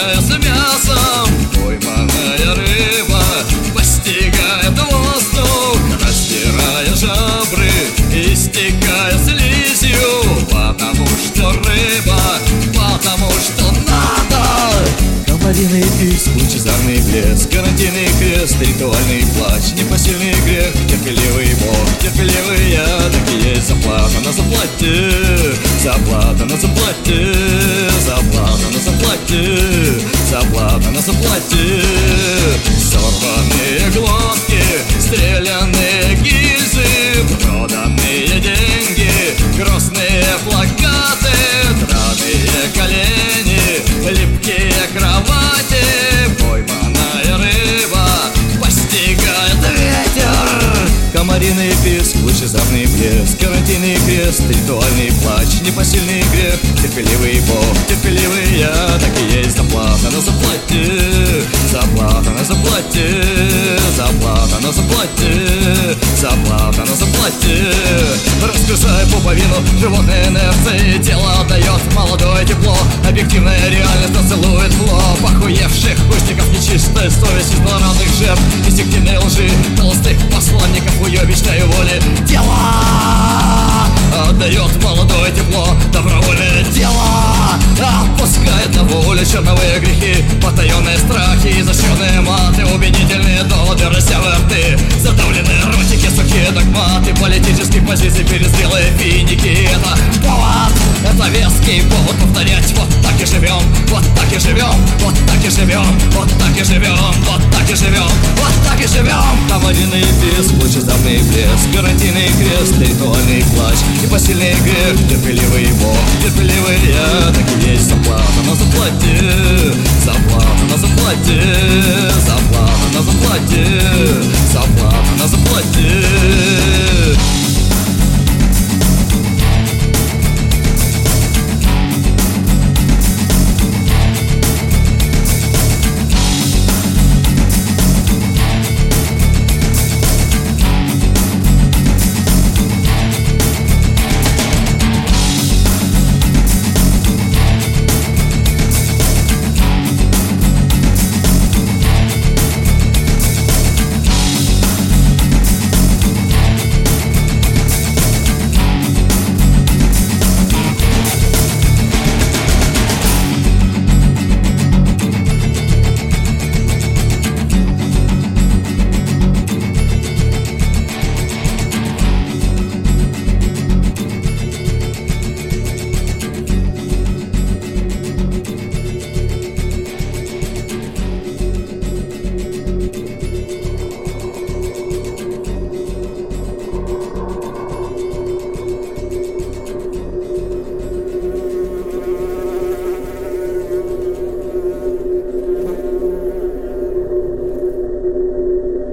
жареная с мясом. Пойманная рыба постигает воздух, раздирая жабры, истекая слизью. Потому что рыба, потому что надо. Комариный писк, лучезарный блеск, гарантийный крест, ритуальный плач, непосильный грех, терпеливый Бог, терпеливый я, так и есть заплата на заплате, заплата на заплате, заплата на заплате, заплата на заплате. Сорванные глотки, стрелянные гильзы, проданные деньги, грозные плакаты, драные колени, липкие кровати. Пойманная рыба постигает ветер. Комариный писк, лучезарный блеск, гарантийный крест, ритуальный плач, непосильный грех, терпеливый Бог, терпеливый я, так и есть заплата на заплате, заплата на заплате, заплата на заплате, заплата на заплате. Разгрызая пуповину, животные инерции, тело отдает молодое тепло, объективная реальность целует в лоб охуевших узников, нечистая совесть из злорадных жертв, инстинктивной лжи, толстых посланников уебищной воли. Тело отдает молодое тепло, добровольное тело отпускает на волю черновые грехи, потаенные страхи, изощренные маты, убедительные доводы, растявые рты, задавленные ротики, сухие догматы, политические позиции, перезрелые финики. Это повод, это веский повод повторять: вот так и живем, вот так и живем, вот так и живем, вот так и живем, вот так и живем, вот так и живем. Комариный писк, лучезарный блеск, гарантийный крест, ритуальный плач, непосильный грех, терпеливый Бог, терпеливый я, так и есть заплата на заплате, заплата на заплате, заплата на заплате, заплата на заплате.